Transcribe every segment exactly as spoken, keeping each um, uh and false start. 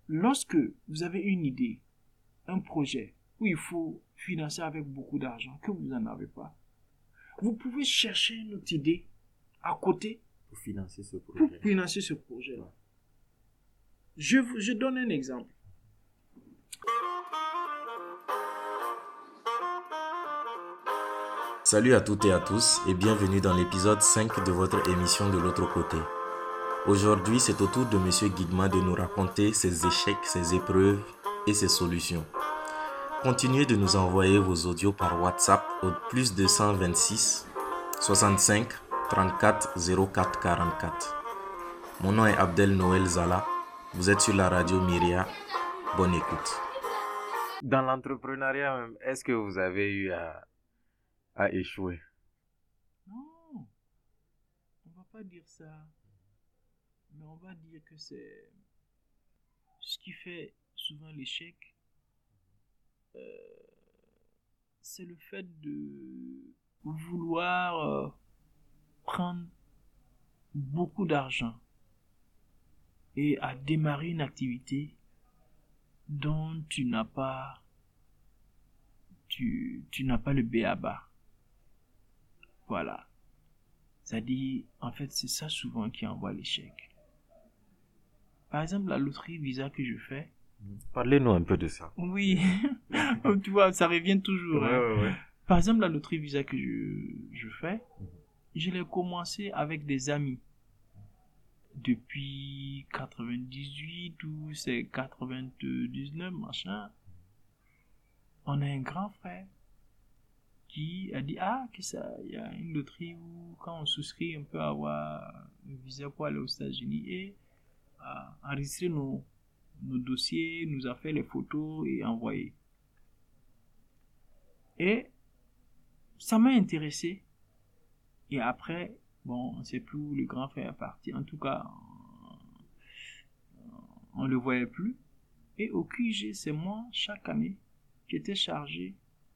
lorsque vous avez une idée, un projet où il faut financer avec beaucoup d'argent, que vous n'en avez pas, vous pouvez chercher une autre idée à côté pour financer ce projet. Pour financer ce projet-là. Je, je donne un exemple. Salut à toutes et à tous et bienvenue dans l'épisode cinq de votre émission de l'autre côté. Aujourd'hui, c'est au tour de Monsieur Guigma de nous raconter ses échecs, ses épreuves et ses solutions. Continuez de nous envoyer vos audios par WhatsApp au plus deux cent vingt-six soixante-cinq trente-quatre zéro quatre quarante-quatre. Mon nom est Abdel Noël Zala. Vous êtes sur la radio Myria. Bonne écoute. Dans l'entrepreneuriat même, est-ce que vous avez eu à, à échouer? Non, on va pas dire ça. Mais on va dire que c'est ce qui fait souvent l'échec. Euh, c'est le fait de vouloir euh, prendre beaucoup d'argent et à démarrer une activité dont tu n'as pas tu, tu n'as pas le b a ba. Voilà. C'est-à-dire, en fait, c'est ça souvent qui envoie l'échec. Par exemple, la loterie Visa que je fais. Parlez-nous un peu de ça. Oui, tu vois, ça revient toujours. Ouais, hein. ouais, ouais. Par exemple, la loterie Visa que je, je fais, je l'ai commencé avec des amis. Depuis quatre-vingt-dix-huit ou c'est quatre-vingt-dix-neuf, machin. On a un grand frère qui a dit, ah, que ça, il y a une loterie où quand on souscrit, on peut avoir un visa pour aller aux États-Unis et a enregistré nos, nos dossiers, nous a fait les photos et envoyé. Et ça m'a intéressé. Et après, bon, on ne sait plus où le grand frère est parti. En tout cas, on ne le voyait plus. Et au Q G, c'est moi, chaque année, qui était chargé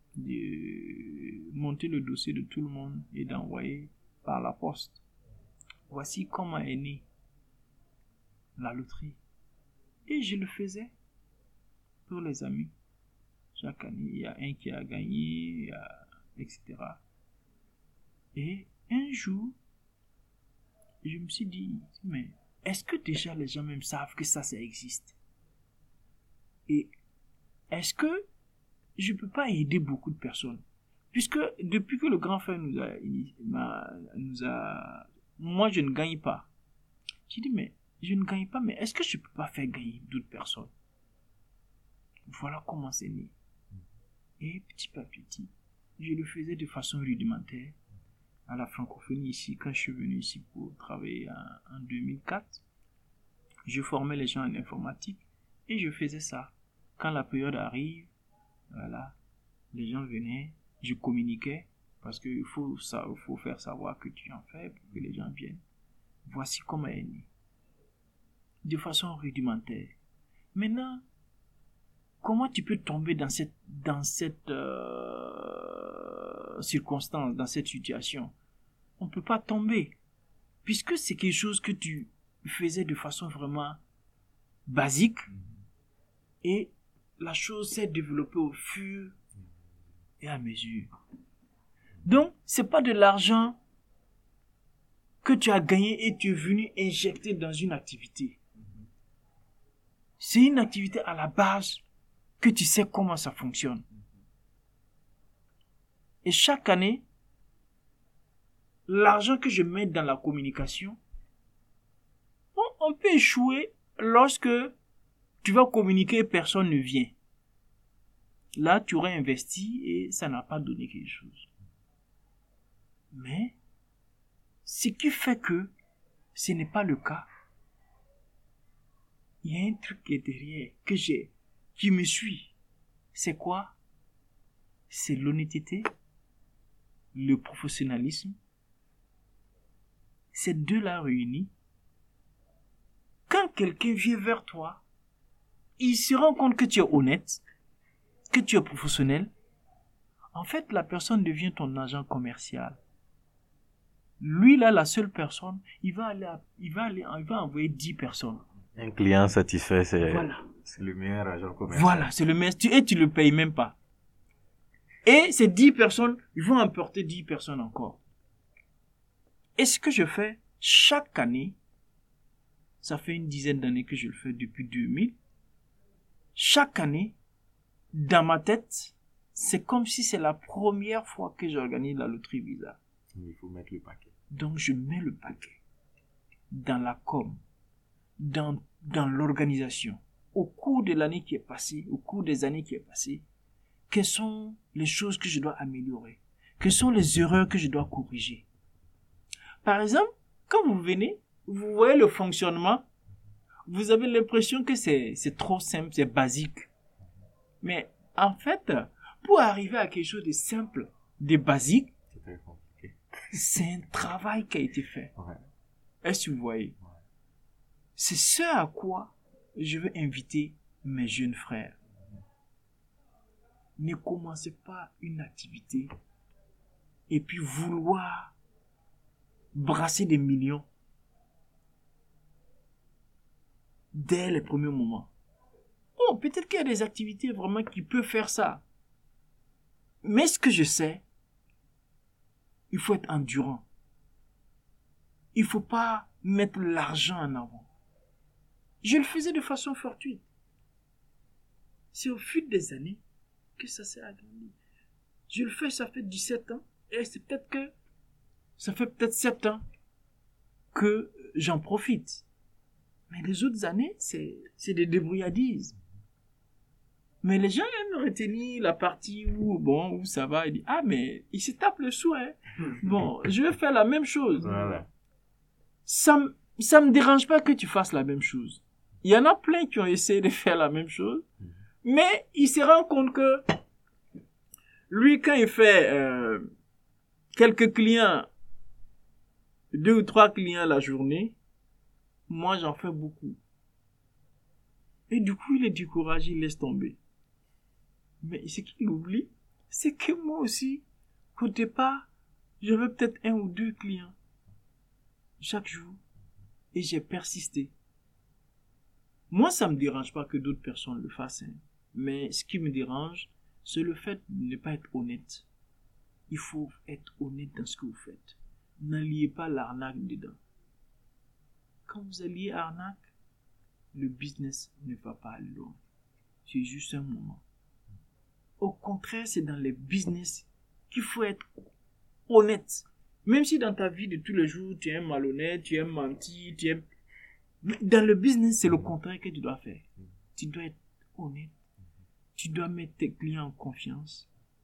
de monter le dossier de tout le monde et d'envoyer par la poste. Voici comment est née la loterie. Et je le faisais pour les amis. Chaque année, il y a un qui a gagné, et cetera. Et un jour, je me suis dit, mais est-ce que déjà les gens même savent que ça, ça existe? Et est-ce que je ne peux pas aider beaucoup de personnes? Puisque depuis que le grand frère nous a, nous a... Moi, je ne gagne pas. J'ai dit, mais je ne gagne pas, mais est-ce que je ne peux pas faire gagner d'autres personnes? Voilà comment c'est né. Et petit à petit, je le faisais de façon rudimentaire. À la francophonie ici, quand je suis venu ici pour travailler en, en deux mille quatre, je formais les gens en informatique et je faisais ça. Quand la période arrive, voilà, les gens venaient, je communiquais parce qu'il faut, ça, faut faire savoir que tu en fais pour que les gens viennent. Voici comment elle est née. De façon rudimentaire. Maintenant, comment tu peux tomber dans cette, dans cette euh, circonstance, dans cette situation? On ne peut pas tomber. Puisque c'est quelque chose que tu faisais de façon vraiment basique. Et la chose s'est développée au fur et à mesure. Donc, ce n'est pas de l'argent que tu as gagné et tu es venu injecter dans une activité. C'est une activité à la base que tu sais comment ça fonctionne. Et chaque année, l'argent que je mets dans la communication, bon, on peut échouer lorsque tu vas communiquer et personne ne vient. Là, tu aurais investi et ça n'a pas donné quelque chose. Mais, ce qui fait que ce n'est pas le cas, il y a un truc qui est derrière, que j'ai, qui me suit. C'est quoi? C'est l'honnêteté, le professionnalisme. Ces deux-là réunis, quand quelqu'un vient vers toi, il se rend compte que tu es honnête, que tu es professionnel. En fait, la personne devient ton agent commercial. Lui, là, la seule personne, il va aller, il va aller, il va envoyer dix personnes. Un client satisfait, c'est, voilà. C'est le meilleur agent commercial. Voilà, c'est le meilleur. Et tu ne le payes même pas. Et ces dix personnes, ils vont emporter dix personnes encore. Et ce que je fais chaque année, ça fait une dizaine d'années que je le fais depuis deux mille. Chaque année, dans ma tête, c'est comme si c'est la première fois que j'organise la loterie Visa. Il faut mettre le paquet. Donc je mets le paquet dans la com, dans, dans l'organisation. Au cours de l'année qui est passée, au cours des années qui est passée, quelles sont les choses que je dois améliorer? Quelles sont les erreurs que je dois corriger? Par exemple, quand vous venez, vous voyez le fonctionnement, vous avez l'impression que c'est, c'est trop simple, c'est basique. Mais en fait, pour arriver à quelque chose de simple, de basique, c'est très compliqué. C'est un travail qui a été fait. Ouais. Est-ce que vous voyez? Ouais. C'est ce à quoi je veux inviter mes jeunes frères. Ne commencez pas une activité et puis vouloir brasser des millions dès les premiers moments. Oh, peut-être qu'il y a des activités vraiment qui peuvent faire ça. Mais ce que je sais, il faut être endurant. Il ne faut pas mettre l'argent en avant. Je le faisais de façon fortuite. C'est au fil des années que ça s'est agrandi. Je le fais, ça fait dix-sept ans. Et c'est peut-être que ça fait peut-être sept ans que j'en profite. Mais les autres années, c'est, c'est des débrouillardises. Mais les gens aiment retenir la partie où, bon, où ça va. Ils disent, ah, mais il se tape le sou, hein. Bon, je vais faire la même chose. Voilà. Ça me, ça me dérange pas que tu fasses la même chose. Il y en a plein qui ont essayé de faire la même chose. Mais il se rend compte que lui, quand il fait euh, quelques clients, deux ou trois clients la journée, moi, j'en fais beaucoup. Et du coup, il est découragé, il laisse tomber. Mais ce qu'il oublie, c'est que moi aussi, au départ, j'avais peut-être un ou deux clients chaque jour. Et j'ai persisté. Moi, ça me dérange pas que d'autres personnes le fassent. Hein. Mais ce qui me dérange, c'est le fait de ne pas être honnête. Il faut être honnête dans ce que vous faites. N'alliez pas l'arnaque dedans. Quand vous alliez arnaque, le business ne va pas aller loin. C'est juste un moment. Au contraire, c'est dans les business qu'il faut être honnête. Même si dans ta vie de tous les jours, tu es un malhonnête, tu aimes mentir, tu aimes... Dans le business, c'est le contraire que tu dois faire. Tu dois être honnête. Tu dois mettre tes clients en confiance.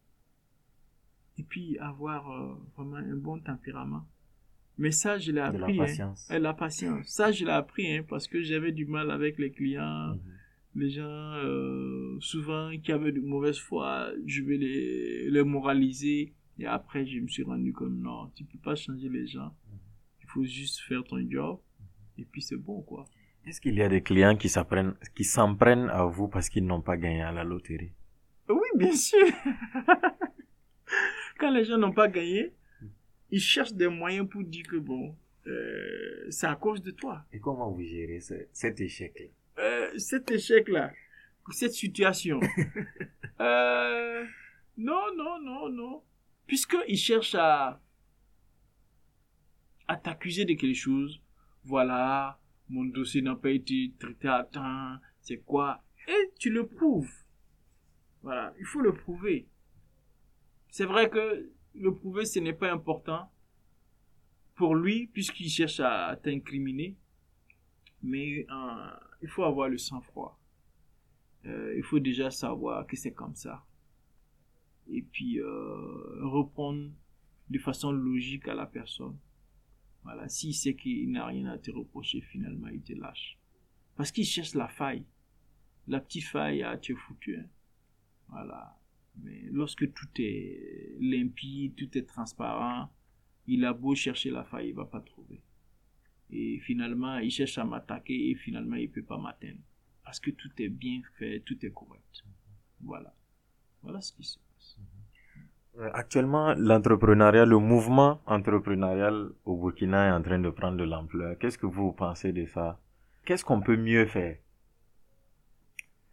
Et puis avoir euh, vraiment un bon tempérament. Mais ça, je l'ai appris. De la patience. Hein. La patience. Ça, je l'ai appris hein, parce que j'avais du mal avec les clients. Mm-hmm. Les gens, euh, souvent, qui avaient de mauvaise foi, je vais les, les moraliser. Et après, je me suis rendu compte, non, tu ne peux pas changer les gens. Il faut juste faire ton job. Et puis, c'est bon, quoi. Est-ce qu'il y a des clients qui s'apprennent, qui s'en prennent à vous parce qu'ils n'ont pas gagné à la loterie? Oui, bien sûr. Quand les gens n'ont pas gagné, ils cherchent des moyens pour dire que, bon, euh, c'est à cause de toi. Et comment vous gérez ce, cet échec-là? Euh, cet échec-là, cette situation. euh, non, non, non, non. Puisqu'ils cherchent à, à t'accuser de quelque chose, voilà, mon dossier n'a pas été traité à temps, c'est quoi? Et tu le prouves. Voilà, il faut le prouver. C'est vrai que le prouver, ce n'est pas important pour lui, puisqu'il cherche à t'incriminer. Mais euh, il faut avoir le sang-froid. Euh, il faut déjà savoir que c'est comme ça. Et puis, euh, répondre de façon logique à la personne. Voilà, s'il sait qu'il n'a rien à te reprocher, finalement, il te lâche. Parce qu'il cherche la faille. La petite faille, ah, tu es foutu. Hein. Voilà. Mais lorsque tout est limpide, tout est transparent, il a beau chercher la faille, il ne va pas trouver. Et finalement, il cherche à m'attaquer et finalement, il ne peut pas m'atteindre. Parce que tout est bien fait, tout est correct. Voilà. Voilà ce qui se passe. Actuellement, l'entrepreneuriat, le mouvement entrepreneurial au Burkina est en train de prendre de l'ampleur. Qu'est-ce que vous pensez de ça? Qu'est-ce qu'on peut mieux faire?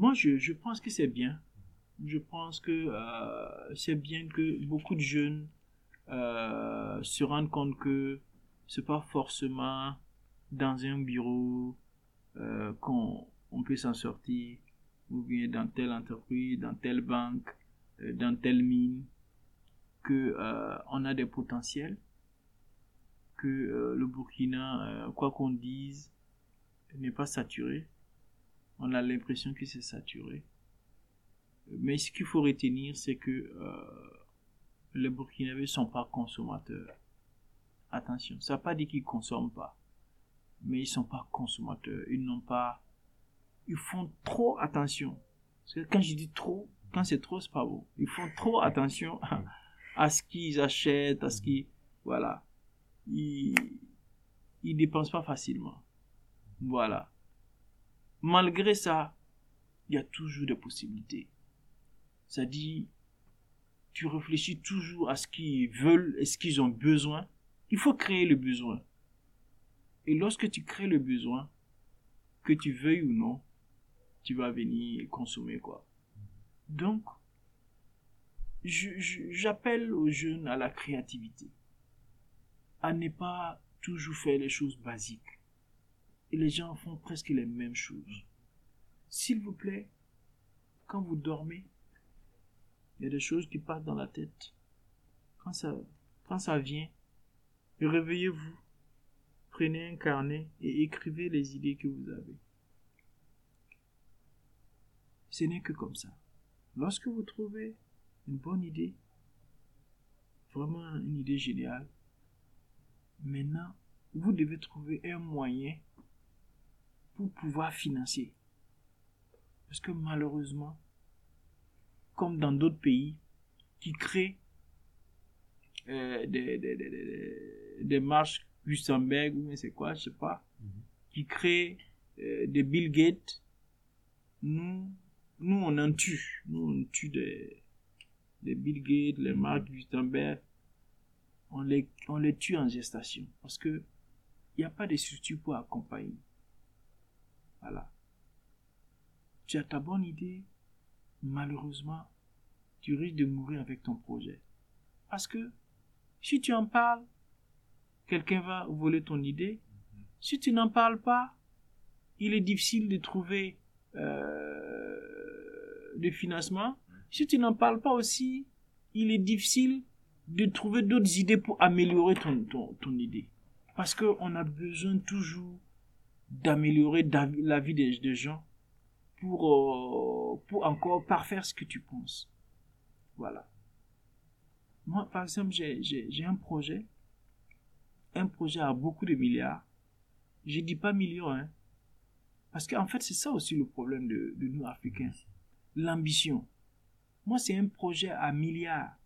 moi, je, je pense que c'est bien. Je pense que euh, c'est bien que beaucoup de jeunes euh, se rendent compte que c'est pas forcément dans un bureau euh, qu'on on peut s'en sortir, ou bien dans telle entreprise, dans telle banque, euh, dans telle mine, que euh, on a des potentiels, que euh, le Burkina, euh, quoi qu'on dise, n'est pas saturé. On a l'impression que c'est saturé. Mais ce qu'il faut retenir, c'est que euh, les Burkinabés ne sont pas consommateurs. Attention, ça ne veut pas dire qu'ils ne consomment pas. Mais ils ne sont pas consommateurs. Ils n'ont pas... Ils font trop attention. Parce que quand je dis trop, quand c'est trop, c'est pas bon. Ils font trop attention à, à ce qu'ils achètent, à ce qu'ils... Voilà. Ils ne dépensent pas facilement. Voilà. Malgré ça, il y a toujours des possibilités. Ça dit, tu réfléchis toujours à ce qu'ils veulent et ce qu'ils ont besoin. Il faut créer le besoin. Et lorsque tu crées le besoin, que tu veuilles ou non, tu vas venir consommer, quoi. Donc, je, je, j'appelle aux jeunes à la créativité, à ne pas toujours faire les choses basiques. Et les gens font presque les mêmes choses. S'il vous plaît, quand vous dormez, il y a des choses qui passent dans la tête. Quand ça, quand ça vient, réveillez-vous, prenez un carnet et écrivez les idées que vous avez. Ce n'est que comme ça. Lorsque vous trouvez une bonne idée, vraiment une idée géniale, maintenant, vous devez trouver un moyen pour pouvoir financer. Parce que malheureusement, comme dans d'autres pays qui créent euh, des, des, des, des, des marches Gutenberg, ou c'est quoi, je sais pas, mm-hmm. qui créent euh, des Bill Gates, nous, nous on en tue. Nous on tue des, des Bill Gates, les marques Gutenberg, on les, on les tue en gestation. Parce que il n'y a pas de structure pour accompagner. Voilà. Tu as ta bonne idée, malheureusement, tu risques de mourir avec ton projet. Parce que si tu en parles, quelqu'un va voler ton idée. Si tu n'en parles pas, il est difficile de trouver euh, de financement. Si tu n'en parles pas aussi, il est difficile de trouver d'autres idées pour améliorer ton, ton, ton idée. Parce qu'on a besoin toujours d'améliorer la vie des, des gens pour, euh, pour encore parfaire ce que tu penses. Voilà. Moi, par exemple, j'ai, j'ai, j'ai un projet. Un projet à beaucoup de milliards. Je dis pas millions, hein. Parce qu'en fait, c'est ça aussi le problème de, de nous, Africains. L'ambition. Moi, c'est un projet à milliards.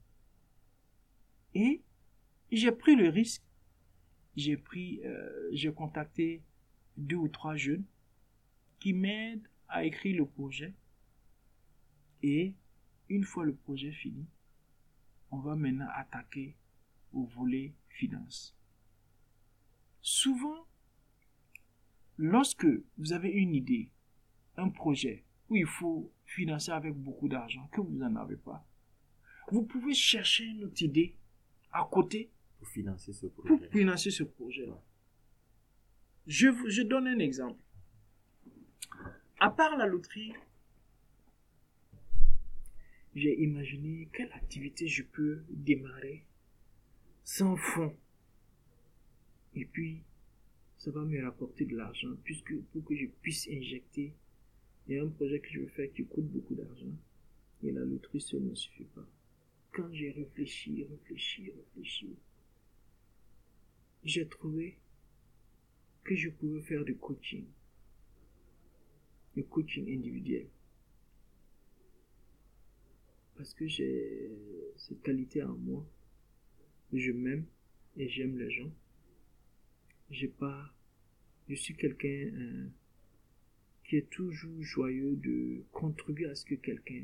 Et j'ai pris le risque. J'ai pris, euh, j'ai contacté deux ou trois jeunes qui m'aident à écrire le projet. Et une fois le projet fini, on va maintenant attaquer au volet finance. Souvent, lorsque vous avez une idée, un projet où il faut financer avec beaucoup d'argent, que vous n'en avez pas, vous pouvez chercher une autre idée à côté pour financer ce projet. Pour financer ce projet. Je, je donne un exemple. À part la loterie, j'ai imaginé quelle activité je peux démarrer sans fonds. Et puis, ça va me rapporter de l'argent, puisque pour que je puisse injecter, il y a un projet que je veux faire qui coûte beaucoup d'argent. Et la loterie seule ne suffit pas. Quand j'ai réfléchi, réfléchi, réfléchi, j'ai trouvé que je pouvais faire du coaching. Du coaching individuel. Parce que j'ai cette qualité en moi. Je m'aime et j'aime les gens. J'ai pas, je suis quelqu'un euh, qui est toujours joyeux de contribuer à ce que quelqu'un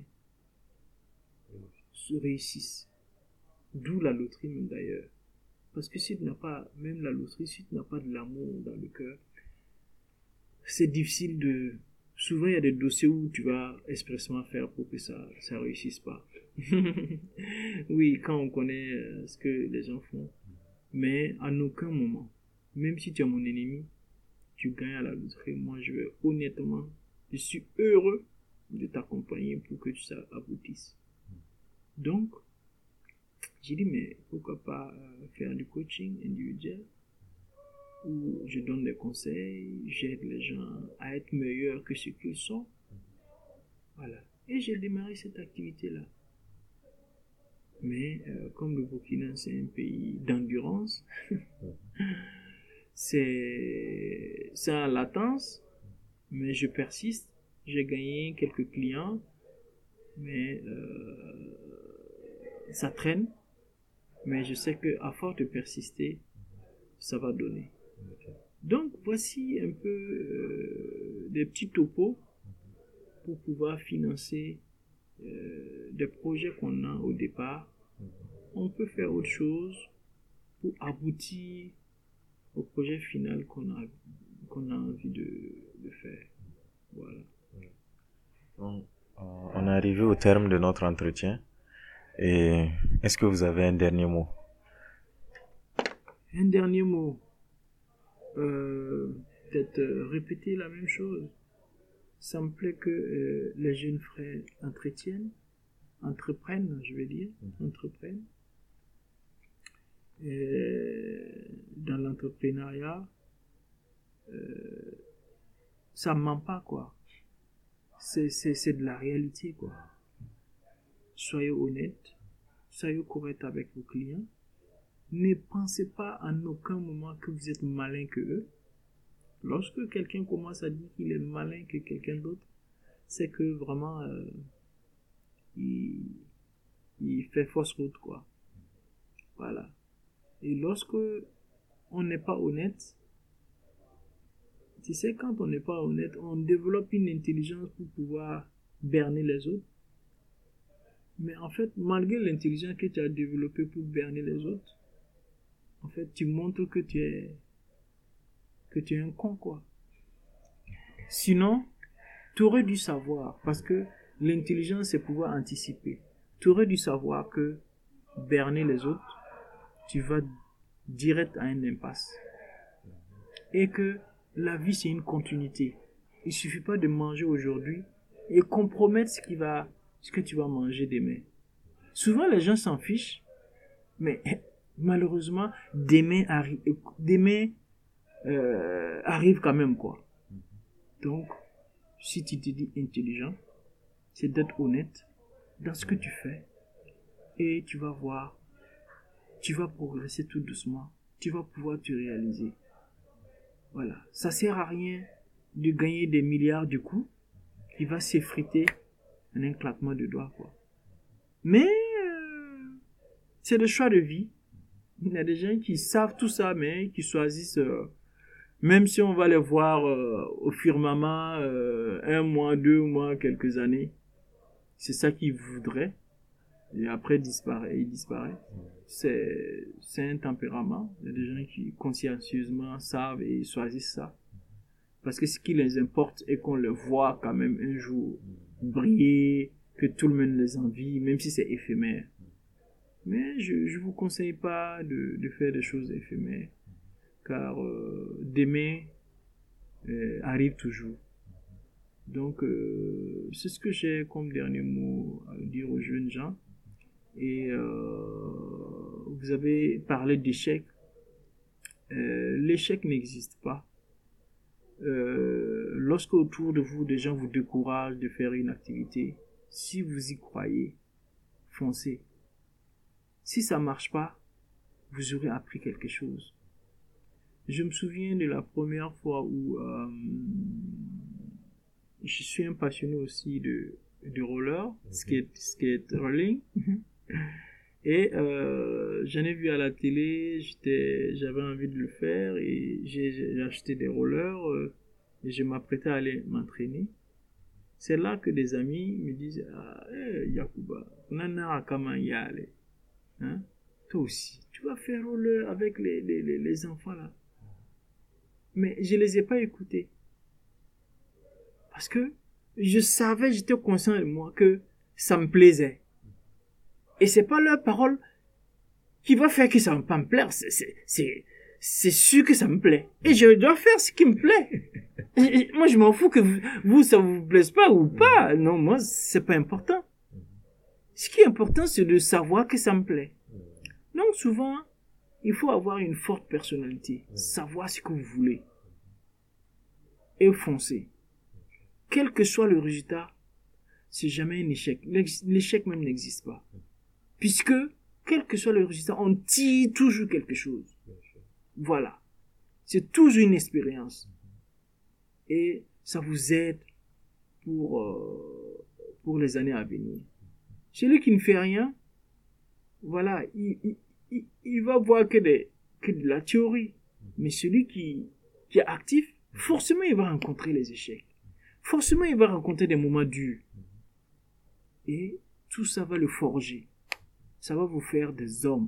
se réussisse. D'où la loterie même d'ailleurs. Parce que si tu n'as pas, même la loterie, si tu n'as pas de l'amour dans le cœur, c'est difficile de souvent il y a des dossiers où tu vas expressement faire pour que ça ça réussisse pas. Oui, quand on connaît euh, ce que les gens font. Mais à aucun moment, même si tu es mon ennemi, tu gagnes à la loterie. Moi, je vais honnêtement, je suis heureux de t'accompagner pour que ça aboutisse. Donc, j'ai dit, mais pourquoi pas euh, faire du coaching individuel où je donne des conseils, j'aide les gens à être meilleurs que ce qu'ils sont. Voilà. Et j'ai démarré cette activité-là. Mais euh, comme le Burkina, c'est un pays d'endurance, c'est c'est en latence, mais je persiste. J'ai gagné quelques clients, mais euh, ça traîne. Mais je sais qu'à force de persister, ça va donner. Donc voici un peu euh, des petits topos pour pouvoir financer euh, des projets qu'on a au départ. On peut faire autre chose pour aboutir au projet final qu'on a, qu'on a envie de, de faire. Voilà. Donc, on est arrivé au terme de notre entretien. Et est-ce que vous avez un dernier mot? Un dernier mot. Euh, peut-être euh, répéter la même chose. Ça me plaît que euh, les jeunes frères entretiennent, entreprennent, je vais dire, entreprennent. Et dans l'entrepreneuriat, euh, ça ne ment pas, quoi. C'est, c'est, c'est de la réalité, quoi. Soyez honnête, soyez correct avec vos clients. Ne pensez pas en aucun moment que vous êtes malin que eux. Lorsque quelqu'un commence à dire qu'il est malin que quelqu'un d'autre, c'est que vraiment, euh, il, il fait fausse route, quoi. Voilà. Et lorsque on n'est pas honnête, tu sais, quand on n'est pas honnête, on développe une intelligence pour pouvoir berner les autres. Mais en fait, malgré l'intelligence que tu as développée pour berner les autres, en fait, tu montres que tu es, que tu es un con, quoi. Sinon, tu aurais dû savoir, parce que l'intelligence, c'est pouvoir anticiper. Tu aurais dû savoir que berner les autres, tu vas direct à une impasse. Et que la vie, c'est une continuité. Il ne suffit pas de manger aujourd'hui et compromettre ce, qui va, ce que tu vas manger demain. Souvent, les gens s'en fichent, mais malheureusement, demain, arri- demain euh, arrive quand même, quoi. Donc, si tu te dis intelligent, c'est d'être honnête dans ce que tu fais et tu vas voir, tu vas progresser tout doucement, tu vas pouvoir te réaliser. Voilà, ça sert à rien de gagner des milliards du coup, qui va s'effriter en un claquement de doigts, quoi. Mais euh, c'est le choix de vie. Il y a des gens qui savent tout ça, mais qui choisissent, euh, même si on va les voir euh, au firmament euh, un mois, deux mois, quelques années, c'est ça qu'ils voudraient. Et après, disparaît, il disparaît. C'est, c'est un tempérament. Il y a des gens qui consciencieusement savent et choisissent ça. Parce que ce qui les importe est qu'on les voit quand même un jour briller, que tout le monde les envie, même si c'est éphémère. Mais je ne vous conseille pas de, de faire des choses éphémères, car euh, demain euh, arrive toujours. Donc, euh, c'est ce que j'ai comme dernier mot à dire aux jeunes gens. Et euh, vous avez parlé d'échec. Euh, l'échec n'existe pas. Euh, lorsque autour de vous, des gens vous découragent de faire une activité, si vous y croyez, foncez. Si ça ne marche pas, vous aurez appris quelque chose. Je me souviens de la première fois où euh, je suis un passionné aussi de, de roller, skate, skate rolling. Et euh, j'en ai vu à la télé, j'étais, j'avais envie de le faire et j'ai, j'ai acheté des rollers euh, et je m'apprêtais à aller m'entraîner. C'est là que des amis me disent « Ah, hey, Yakuba, nana comment y aller, hein? Toi aussi, tu vas faire roller avec les, les, les, les enfants là. » Mais je les ai pas écoutés. Parce que je savais, j'étais conscient de moi que ça me plaisait. Et c'est pas leur parole qui va faire que ça va pas me plaire. C'est, c'est, c'est, c'est sûr que ça me plaît. Et je dois faire ce qui me plaît. Et, et, moi, je m'en fous que vous, vous, ça vous plaise pas ou pas. Non, moi, c'est pas important. Ce qui est important, c'est de savoir que ça me plaît. Donc, souvent, il faut avoir une forte personnalité. Savoir ce que vous voulez. Et foncer. Quel que soit le résultat, c'est jamais un échec. L'échec même n'existe pas. Puisque, quel que soit le résultat, on tire toujours quelque chose. Voilà. C'est toujours une expérience. Et ça vous aide pour, euh, pour les années à venir. Celui qui ne fait rien, voilà, il, il, il, il va voir que, des, que de la théorie. Mais celui qui, qui est actif, forcément il va rencontrer les échecs. Forcément il va rencontrer des moments durs. Et tout ça va le forger. Ça va vous faire des hommes.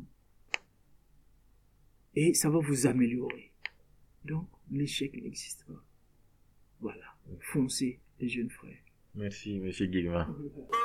Et ça va vous améliorer. Donc, l'échec n'existe pas. Voilà. Foncez, les jeunes frères. Merci, monsieur Guillemard.